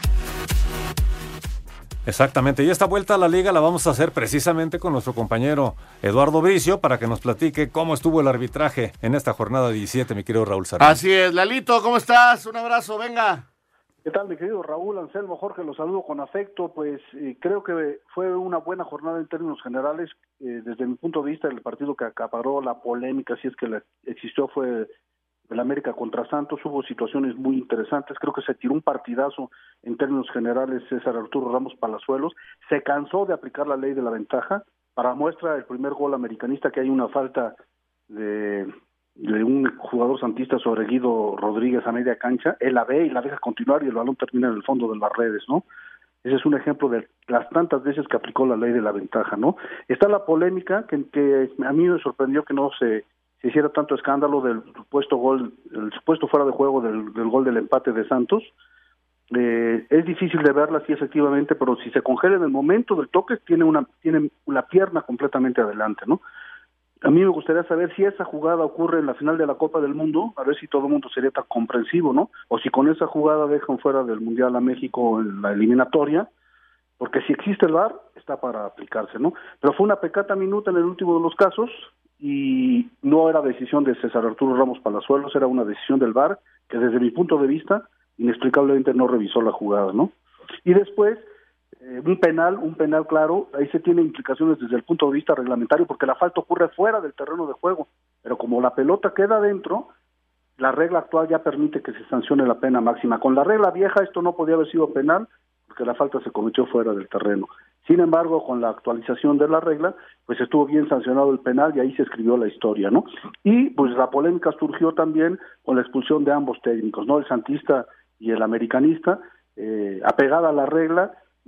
Exactamente, y esta vuelta a la liga la vamos a hacer precisamente con nuestro compañero Eduardo Bricio para que nos platique cómo estuvo el arbitraje en esta jornada diecisiete, mi querido Raúl Sarmiento. Así es, Lalito, ¿cómo estás? Un abrazo, venga. ¿Qué tal, mi querido Raúl, Anselmo, Jorge? Los saludo con afecto. Pues eh, creo que fue una buena jornada en términos generales. Eh, desde mi punto de vista, el partido que acaparó la polémica, si es que la existió, fue el América contra Santos. Hubo situaciones muy interesantes. Creo que se tiró un partidazo en términos generales César Arturo Ramos Palazuelos. Se cansó de aplicar la ley de la ventaja. Para muestra el primer gol americanista, que hay una falta de... de un jugador santista sobre Guido Rodríguez a media cancha, él la ve y la deja continuar y el balón termina en el fondo de las redes, ¿no? Ese es un ejemplo de las tantas veces que aplicó la ley de la ventaja, ¿no? Está la polémica que, que a mí me sorprendió que no se, se hiciera tanto escándalo del supuesto gol, el supuesto fuera de juego del, del gol del empate de Santos. Eh, es difícil de verla, sí, efectivamente, pero si se congela en el momento del toque, tiene una tiene la pierna completamente adelante, ¿no? A mí me gustaría saber si esa jugada ocurre en la final de la Copa del Mundo, a ver si todo el mundo sería tan comprensivo, ¿no? O si con esa jugada dejan fuera del Mundial a México en la eliminatoria, porque si existe el V A R, está para aplicarse, ¿no? Pero fue una pecata minuta en el último de los casos y no era decisión de César Arturo Ramos Palazuelos, era una decisión del V A R que desde mi punto de vista, inexplicablemente no revisó la jugada, ¿no? Y después... Eh, un penal, un penal claro, ahí se tiene implicaciones desde el punto de vista reglamentario porque la falta ocurre fuera del terreno de juego, pero como la pelota queda dentro, la regla actual ya permite que se sancione la pena máxima. Con la regla vieja esto no podía haber sido penal porque la falta se cometió fuera del terreno. Sin embargo, con la actualización de la regla, pues estuvo bien sancionado el penal y ahí se escribió la historia, ¿no? Y pues la polémica surgió también con la expulsión de ambos técnicos, ¿no? El santista y el americanista, eh, apegada a la regla,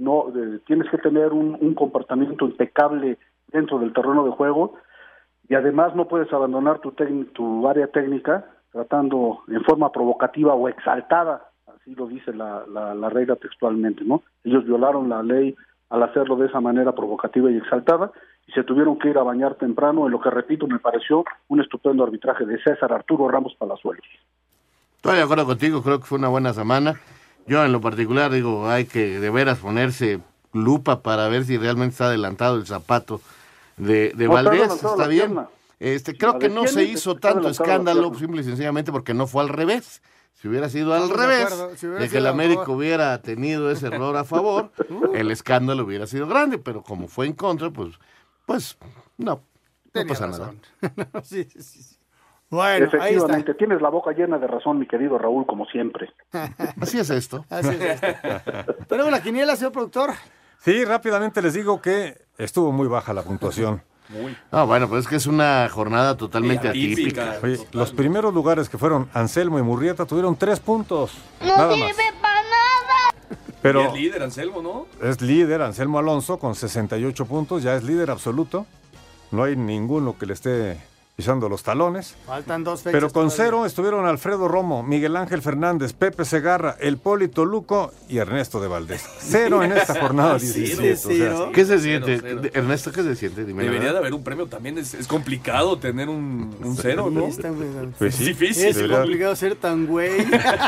no eh, tienes que tener un, un comportamiento impecable dentro del terreno de juego y además no puedes abandonar tu, tec- tu área técnica tratando en forma provocativa o exaltada, así lo dice la, la, la regla textualmente, ¿no? Ellos violaron la ley al hacerlo de esa manera provocativa y exaltada, y se tuvieron que ir a bañar temprano, en lo que, repito, me pareció un estupendo arbitraje de César Arturo Ramos Palazuelos. Estoy de acuerdo contigo, creo que fue una buena semana. Yo en lo particular digo, hay que de veras ponerse lupa para ver si realmente está adelantado el zapato de, de No, está Valdés, adelantado está la bien. pierna. Este, creo La que de no quién se es, hizo está tanto adelantado la escándalo, pierna. simple y sencillamente porque no fue al revés. Si hubiera sido al Estamos de revés, acuerdo. Si hubiera de que sido el a América favor. hubiera tenido ese error a favor, el escándalo hubiera sido grande, pero como fue en contra, pues, pues, no, no Tenía pasa razón. nada. sí, sí, sí. Bueno, ahí está. Efectivamente, tienes la boca llena de razón, mi querido Raúl, como siempre. Así es esto. Así es esto. Tenemos la quiniela, señor productor. Sí, rápidamente les digo que estuvo muy baja la puntuación. Muy. Ah, bueno, pues es que es una jornada totalmente Atípica. atípica. Oye, los primeros lugares que fueron Anselmo y Murrieta tuvieron tres puntos. No nada sirve más. para nada. Pero Y es líder, Anselmo, ¿no? es líder Anselmo Alonso con sesenta y ocho puntos, ya es líder absoluto. No hay ninguno que le esté pisando los talones. Faltan dos fechas. Pero con todavía. cero estuvieron Alfredo Romo, Miguel Ángel Fernández, Pepe Segarra, El Polito Luco y Ernesto de Valdés. Cero en esta jornada diecisiete. Sí, sí, o sea, ¿no? ¿Qué se siente? Cero, cero. Ernesto, ¿qué se siente? Dime la Debería de verdad. haber un premio también. Es, es complicado tener un, un cero, ¿no? Está muy- pues Es sí, difícil. Es debería- complicado ser tan güey.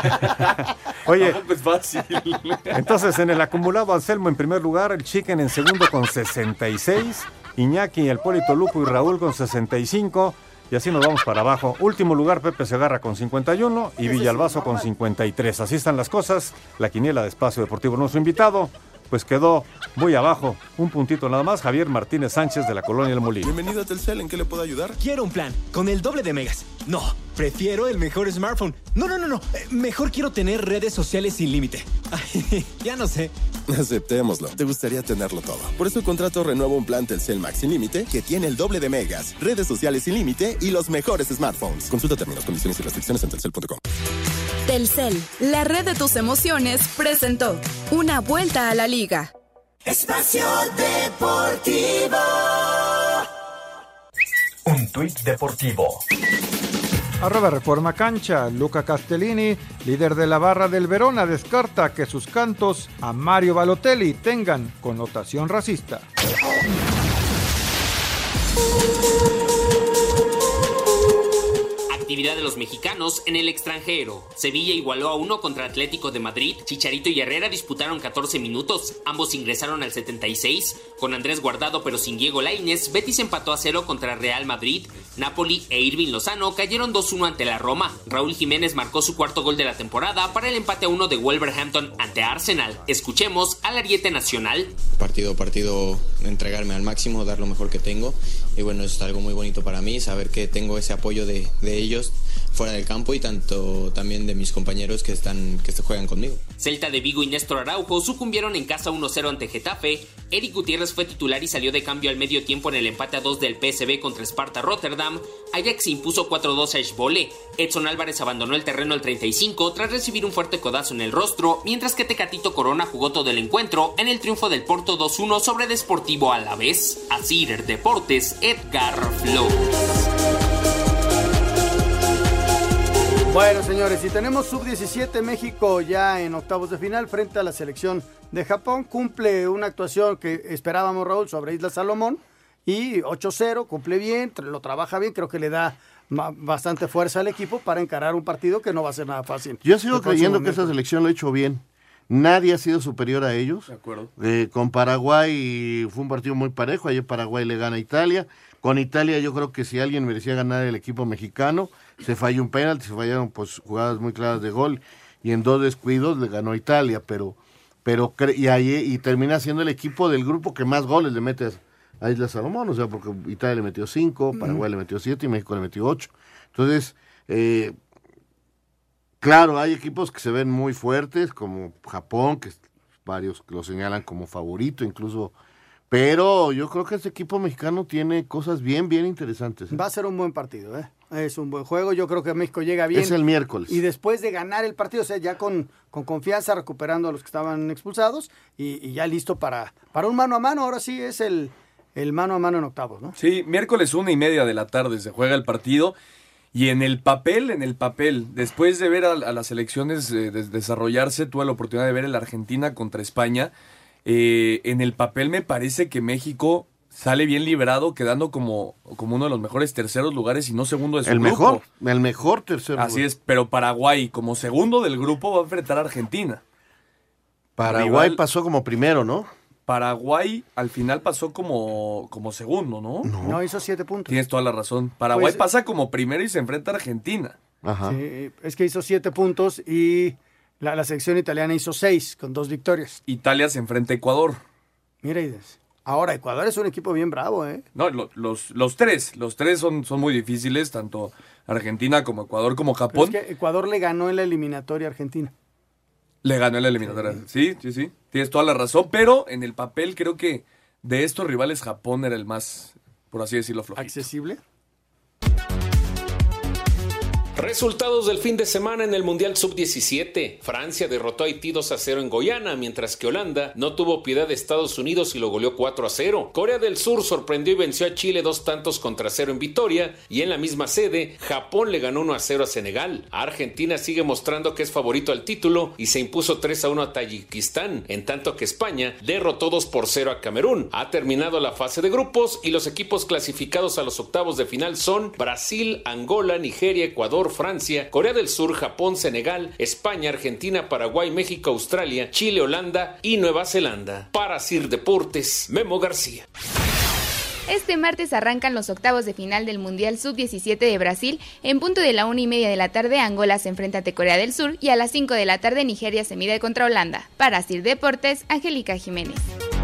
Oye, Tampoco es fácil. entonces en el acumulado Anselmo en primer lugar, el Chicken en segundo con sesenta y seis, Iñaki, El Polito Luco y Raúl con sesenta y cinco. Y así nos vamos para abajo. Último lugar, Pepe Segarra con cincuenta y uno y Villalbazo con cincuenta y tres. Así están las cosas. La quiniela de Espacio Deportivo. Nuestro invitado, pues quedó muy abajo. Un puntito nada más. Javier Martínez Sánchez de la Colonia El Molino. Bienvenido a Telcel, ¿en qué le puedo ayudar? Quiero un plan con el doble de megas. No, prefiero el mejor smartphone. No, no, no, no. Eh, Mejor quiero tener redes sociales sin límite. Ay, ya no sé. Aceptémoslo. Te gustaría tenerlo todo. Por eso el contrato renueva un plan Telcel Max sin límite que tiene el doble de megas, redes sociales sin límite y los mejores smartphones. Consulta términos, condiciones y restricciones en telcel punto com. Telcel, la red de tus emociones, presentó Una Vuelta a la Liga. Espacio Deportivo. Un tuit deportivo. Arroba Reforma Cancha, Luca Castellini, líder de la barra del Verona, descarta que sus cantos a Mario Balotelli tengan connotación racista. Actividad de los mexicanos en el extranjero. Sevilla igualó a uno contra Atlético de Madrid. Chicharito y Herrera disputaron catorce minutos. Ambos ingresaron al setenta y seis. Con Andrés Guardado pero sin Diego Lainez, Betis empató a cero contra Real Madrid. Napoli e Irving Lozano cayeron dos uno ante la Roma. Raúl Jiménez marcó su cuarto gol de la temporada para el empate a uno de Wolverhampton ante Arsenal. Escuchemos al Ariete Nacional. Partido a partido entregarme al máximo, dar lo mejor que tengo. Y bueno, eso es algo muy bonito para mí, saber que tengo ese apoyo de, de ellos fuera del campo y tanto también de mis compañeros que están que juegan conmigo. Celta de Vigo y Néstor Araujo sucumbieron en casa uno cero ante Getafe. Eric Gutiérrez fue titular y salió de cambio al medio tiempo en el empate a dos del P S V contra Sparta Rotterdam. Ajax impuso cuatro dos a Schbole. Edson Álvarez abandonó el terreno al treinta y cinco tras recibir un fuerte codazo en el rostro, mientras que Tecatito Corona jugó todo el encuentro en el triunfo del Porto dos uno sobre Deportivo Alavés. Asir Deportes, Edgar Flores. Bueno, señores, y tenemos sub diecisiete México ya en octavos de final frente a la selección de Japón. Cumple una actuación que esperábamos, Raúl, sobre Isla Salomón. Y ocho cero, cumple bien, lo trabaja bien, creo que le da ma- bastante fuerza al equipo para encarar un partido que no va a ser nada fácil. Yo sigo El creyendo próximo que esa miércoles. selección lo ha hecho bien. Nadie ha sido superior a ellos. De acuerdo. Eh, con Paraguay fue un partido muy parejo. Ayer Paraguay le gana a Italia. Con Italia yo creo que si alguien merecía ganar el equipo mexicano, se falló un penalti, se fallaron pues jugadas muy claras de gol y en dos descuidos le ganó Italia, pero pero cre- y ahí y termina siendo el equipo del grupo que más goles le mete a Isla Salomón, o sea, porque Italia le metió cinco, Paraguay le metió siete y México le metió ocho. Entonces, eh, claro, hay equipos que se ven muy fuertes, como Japón, que varios lo señalan como favorito, incluso Pero yo creo que este equipo mexicano tiene cosas bien, bien interesantes. ¿eh? Va a ser un buen partido, ¿eh? Es un buen juego. Yo creo que México llega bien. Es el miércoles. Y después de ganar el partido, o sea, ya con, con confianza, recuperando a los que estaban expulsados y, y ya listo para, para un mano a mano. Ahora sí es el, el mano a mano en octavos, ¿no? Sí, miércoles una y media de la tarde se juega el partido. Y en el papel, en el papel, después de ver a, a las selecciones eh, de, desarrollarse, tuve la oportunidad de ver el Argentina contra España. Eh, en el papel me parece que México sale bien librado, quedando como, como uno de los mejores terceros lugares y no segundo de su el grupo. Mejor, el mejor tercer Así lugar. es, pero Paraguay como segundo del grupo va a enfrentar a Argentina. Paraguay Rival, pasó como primero, ¿no? Paraguay al final pasó como, como segundo, ¿no? ¿no? No, hizo siete puntos. Tienes toda la razón. Paraguay Pues, pasa como primero y se enfrenta a Argentina. Ajá. Sí, es que hizo siete puntos y la, la selección italiana hizo seis con dos victorias. Italia se enfrenta a Ecuador. Mira, Ides. Ahora, Ecuador es un equipo bien bravo, ¿eh? No, lo, los, los tres, los tres son, son muy difíciles, tanto Argentina como Ecuador como Japón. Pero es que Ecuador le ganó en la eliminatoria a Argentina. Le ganó en la eliminatoria. Sí, sí, sí. Tienes toda la razón, pero en el papel creo que de estos rivales Japón era el más, por así decirlo, flojito. ¿Accesible? Resultados del fin de semana en el Mundial sub diecisiete. Francia derrotó a Haití dos a cero en Guyana, mientras que Holanda no tuvo piedad de Estados Unidos y lo goleó cuatro a cero. Corea del Sur sorprendió y venció a Chile dos tantos contra cero en Vitoria, y en la misma sede, Japón le ganó uno a cero a Senegal. Argentina sigue mostrando que es favorito al título y se impuso tres a uno a Tayikistán, en tanto que España derrotó dos por cero a Camerún. Ha terminado la fase de grupos y los equipos clasificados a los octavos de final son Brasil, Angola, Nigeria, Ecuador, Francia, Corea del Sur, Japón, Senegal, España, Argentina, Paraguay, México, Australia, Chile, Holanda y Nueva Zelanda. Para Sir Deportes, Memo García. Este martes arrancan los octavos de final del Mundial sub diecisiete de Brasil. En punto de la una y media de la tarde, Angola se enfrenta ante Corea del Sur y a las cinco de la tarde Nigeria se mide contra Holanda. Para Sir Deportes, Angélica Jiménez.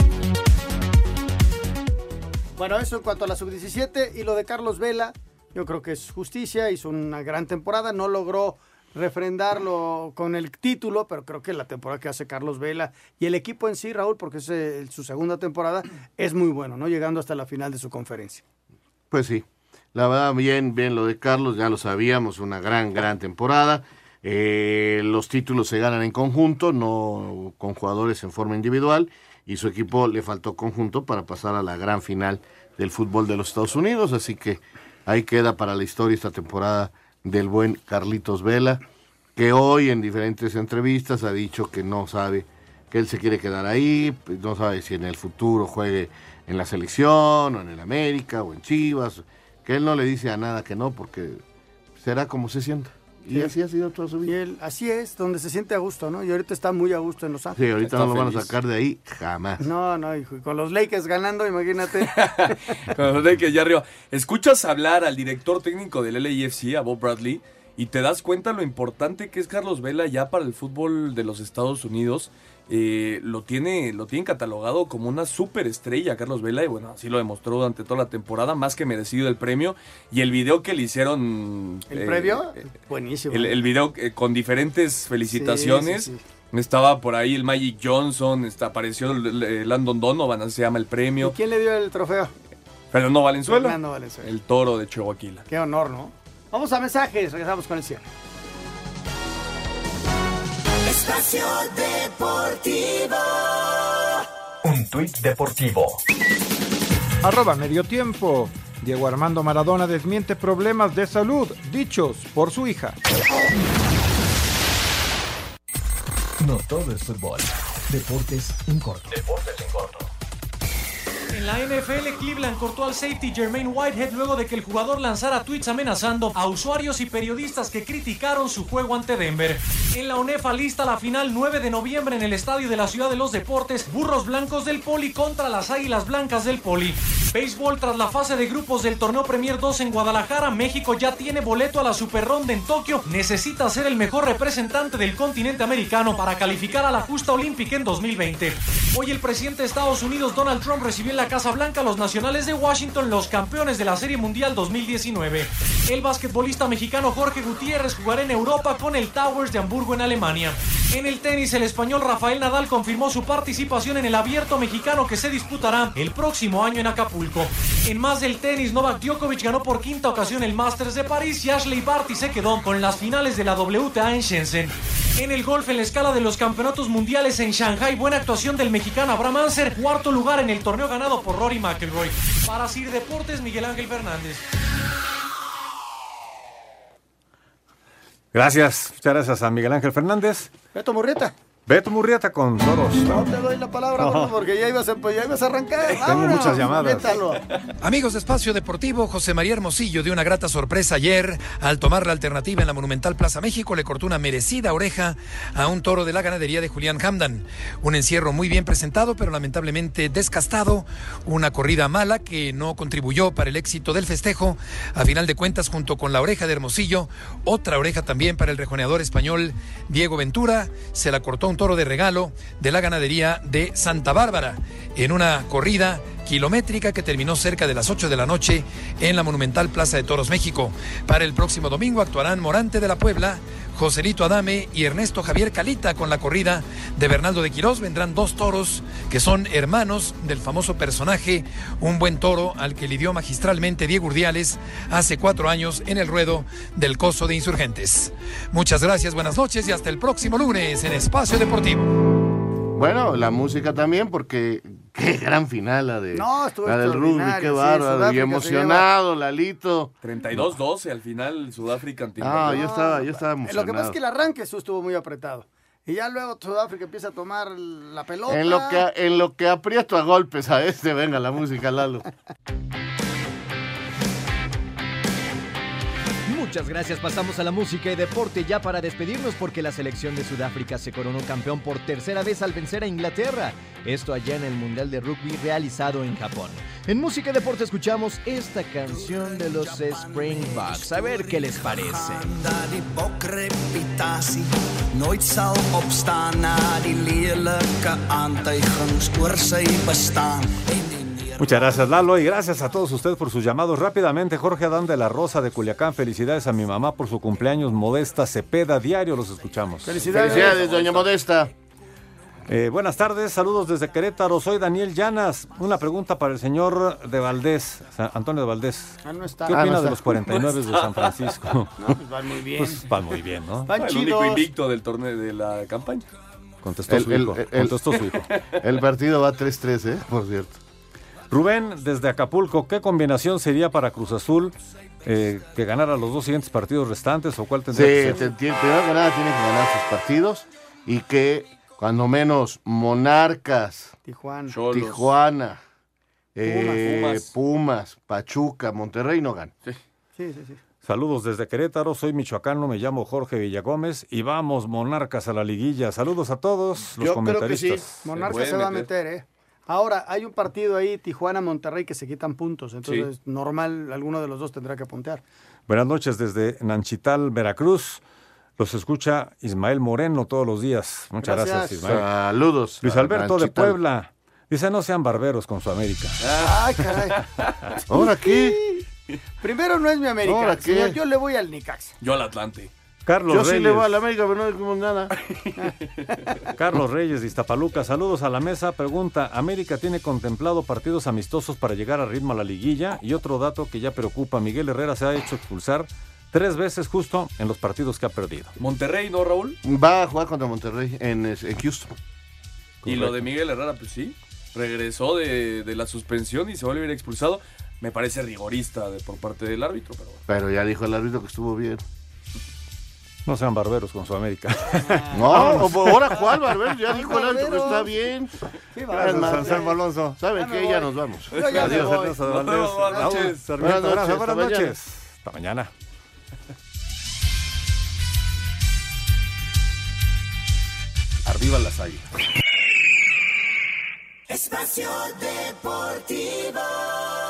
Bueno, eso en cuanto a la sub diecisiete y lo de Carlos Vela. Yo creo que es justicia, hizo una gran temporada, no logró refrendarlo con el título, pero creo que la temporada que hace Carlos Vela y el equipo en sí, Raúl, porque es eh, su segunda temporada, es muy bueno, ¿no? Llegando hasta la final de su conferencia. Pues sí, la verdad, bien, bien lo de Carlos, ya lo sabíamos, una gran, gran temporada. Eh, los títulos se ganan en conjunto, no con jugadores en forma individual, y su equipo le faltó conjunto para pasar a la gran final del fútbol de los Estados Unidos, así que ahí queda para la historia esta temporada del buen Carlitos Vela, que hoy en diferentes entrevistas ha dicho que no sabe, que él se quiere quedar ahí, no sabe si en el futuro juegue en la selección, o en el América, o en Chivas, que él no le dice a nada que no, porque será como se sienta. Y Sí. así ha sido toda su vida. Y él, así es, donde se siente a gusto, ¿no? Y ahorita está muy a gusto en Los Ángeles. Sí, ahorita Está no lo van a feliz. sacar de ahí jamás. No, no, hijo, y con los Lakers ganando, imagínate. Con los Lakers ya arriba. Escuchas hablar al director técnico del L A F C, a Bob Bradley, y te das cuenta lo importante que es Carlos Vela ya para el fútbol de los Estados Unidos. Eh, lo tiene lo tienen catalogado como una superestrella Carlos Vela, y bueno, así lo demostró durante toda la temporada, más que merecido el premio. Y el video que le hicieron... ¿El eh, previo? eh, Buenísimo. El, el video eh, con diferentes felicitaciones. Sí, sí, sí. Estaba por ahí el Magic Johnson, está, apareció el, el Landon Donovan, así se llama el premio. ¿Y quién le dio el trofeo? Fernando Valenzuela. Fernando Valenzuela. El toro de Chihuahua. Qué honor, ¿no? Vamos a mensajes, regresamos con el cierre. Espacio Deportivo. Un tuit deportivo. Arroba medio tiempo. Diego Armando Maradona desmiente problemas de salud dichos por su hija. No todo es fútbol. Deportes en corto. Deportes en corto. En la N F L, Cleveland cortó al safety Jermaine Whitehead luego de que el jugador lanzara tweets amenazando a usuarios y periodistas que criticaron su juego ante Denver. En la ONEFA lista la final nueve de noviembre en el Estadio de la Ciudad de los Deportes, Burros Blancos del Poli contra las Águilas Blancas del Poli. Béisbol, tras la fase de grupos del Torneo Premier dos en Guadalajara, México ya tiene boleto a la Super Ronda en Tokio. Necesita ser el mejor representante del continente americano para calificar a la justa olímpica en dos mil veinte. Hoy el presidente de Estados Unidos, Donald Trump, recibió en la Casa Blanca a los nacionales de Washington, los campeones de la Serie Mundial dos mil diecinueve. El basquetbolista mexicano Jorge Gutiérrez jugará en Europa con el Towers de Hamburgo en Alemania. En el tenis, el español Rafael Nadal confirmó su participación en el Abierto mexicano que se disputará el próximo año en Acapulco. En más del tenis, Novak Djokovic ganó por quinta ocasión el Masters de París y Ashley Barty se quedó con las finales de la W T A en Shenzhen. En el golf, en la escala de los campeonatos mundiales en Shanghai, buena actuación del mexicano Abraham Ancer, cuarto lugar en el torneo ganado por Rory McIlroy. Para Sir Deportes, Miguel Ángel Fernández. Gracias, muchas gracias a Miguel Ángel Fernández. Beto Murrieta. Beto Murrieta con Toros. No te doy la palabra, no. porque ya ibas, a, pues ya ibas a arrancar. Tengo Vámonos, muchas llamadas. Métalo. Amigos de Espacio Deportivo, José María Hermosillo dio una grata sorpresa ayer al tomar la alternativa en la Monumental Plaza México. Le cortó una merecida oreja a un toro de la ganadería de Julián Hamdan. Un encierro muy bien presentado, pero lamentablemente descastado. Una corrida mala que no contribuyó para el éxito del festejo. A final de cuentas, junto con la oreja de Hermosillo, otra oreja también para el rejoneador español Diego Ventura. Se la cortó un toro de regalo de la ganadería de Santa Bárbara en una corrida kilométrica que terminó cerca de las ocho de la noche en la Monumental Plaza de Toros México. Para el próximo domingo actuarán Morante de la Puebla, Joselito Adame y Ernesto Javier Calita con la corrida de Bernaldo de Quirós. Vendrán dos toros que son hermanos del famoso personaje, un buen toro al que lidió magistralmente Diego Urdiales hace cuatro años en el ruedo del Coso de Insurgentes. Muchas gracias, buenas noches y hasta el próximo lunes en Espacio Deportivo. Bueno, la música también, porque qué gran final la de no, estuvo la del rugby, qué bárbaro, sí, y emocionado, Lalito. treinta y dos doce al final Sudáfrica ante Ah, yo estaba, yo estaba emocionado. Lo que pasa es que el arranque eso estuvo muy apretado. Y ya luego Sudáfrica empieza a tomar la pelota. En lo que, en lo que aprieto a golpes a este, venga la música, Lalo. Muchas gracias, pasamos a la música y deporte ya para despedirnos porque la selección de Sudáfrica se coronó campeón por tercera vez al vencer a Inglaterra, esto allá en el Mundial de Rugby realizado en Japón. En música y deporte escuchamos esta canción de los Springboks, a ver qué les parece. Nooit sal opstaan na die lelike aantuigings oor sy bestaan. Muchas gracias, Lalo, y gracias a todos ustedes por sus llamados. Rápidamente, Jorge Adán de la Rosa de Culiacán, felicidades a mi mamá por su cumpleaños, Modesta Cepeda, diario los escuchamos. Felicidades, felicidades doña Modesta. Eh, buenas tardes, saludos desde Querétaro, soy Daniel Llanas. Una pregunta para el señor de Valdés, Antonio de Valdés. Ah, no está. ¿Qué opina ah, no de los cuarenta y nueve no de San Francisco? No, pues van muy bien. Pues van muy bien, ¿no? Van el único invicto del torneo de la campaña. Contestó el, su hijo, el, el, contestó su hijo. El partido va tres tres, ¿eh? Por cierto. Rubén, desde Acapulco, ¿qué combinación sería para Cruz Azul eh, que ganara los dos siguientes partidos restantes o cuál tendría sí, que ser? Te, te, primero que nada tiene que ganar sus partidos y que cuando menos Monarcas, Tijuana, Tijuana eh, Pumas. Pumas, Pachuca, Monterrey no ganan. Sí. Sí, sí, sí. Saludos desde Querétaro, soy michoacano, me llamo Jorge Villagómez y vamos Monarcas a la liguilla. Saludos a todos los Yo comentaristas. creo que sí. Monarca se, se va a meter, ¿eh? Ahora, hay un partido ahí, Tijuana-Monterrey, que se quitan puntos. Entonces, sí. normal, alguno de los dos tendrá que puntear. Buenas noches desde Nanchital, Veracruz. Los escucha Ismael Moreno todos los días. Muchas gracias, gracias Ismael. Saludos. Luis Alberto de Puebla. Dice, no sean barberos con su América. Ay, caray. ¿Ahora qué? Primero no es mi América. ¿Ahora qué? Señor, yo le voy al Necaxa. Yo al Atlante. Carlos Yo Reyes. sí le voy a la América, pero no decimos nada. Carlos Reyes de Iztapaluca, saludos a la mesa. Pregunta, ¿América tiene contemplado partidos amistosos para llegar a ritmo a la liguilla? Y otro dato que ya preocupa, Miguel Herrera se ha hecho expulsar tres veces justo en los partidos que ha perdido. Monterrey, ¿no, Raúl? Va a jugar contra Monterrey en, en Houston. Y Correcto. Lo de Miguel Herrera, pues sí, regresó de, de la suspensión y se vuelve a ir expulsado. Me parece rigorista de, por parte del árbitro, pero... Pero ya dijo el árbitro que estuvo bien. No sean barberos con su América. No, ahora cuál barbero, ya dijo el árbitro que está bien. Sí, San San Alonso. ¿Saben qué? Ya nos vamos. Yo ya Adiós, me voy. Ernesto de Valdés. No, buenas noches. Buenas noches. Buenas Buenas noches. noches. Hasta mañana. Arriba las águilas. Espacio Deportivo.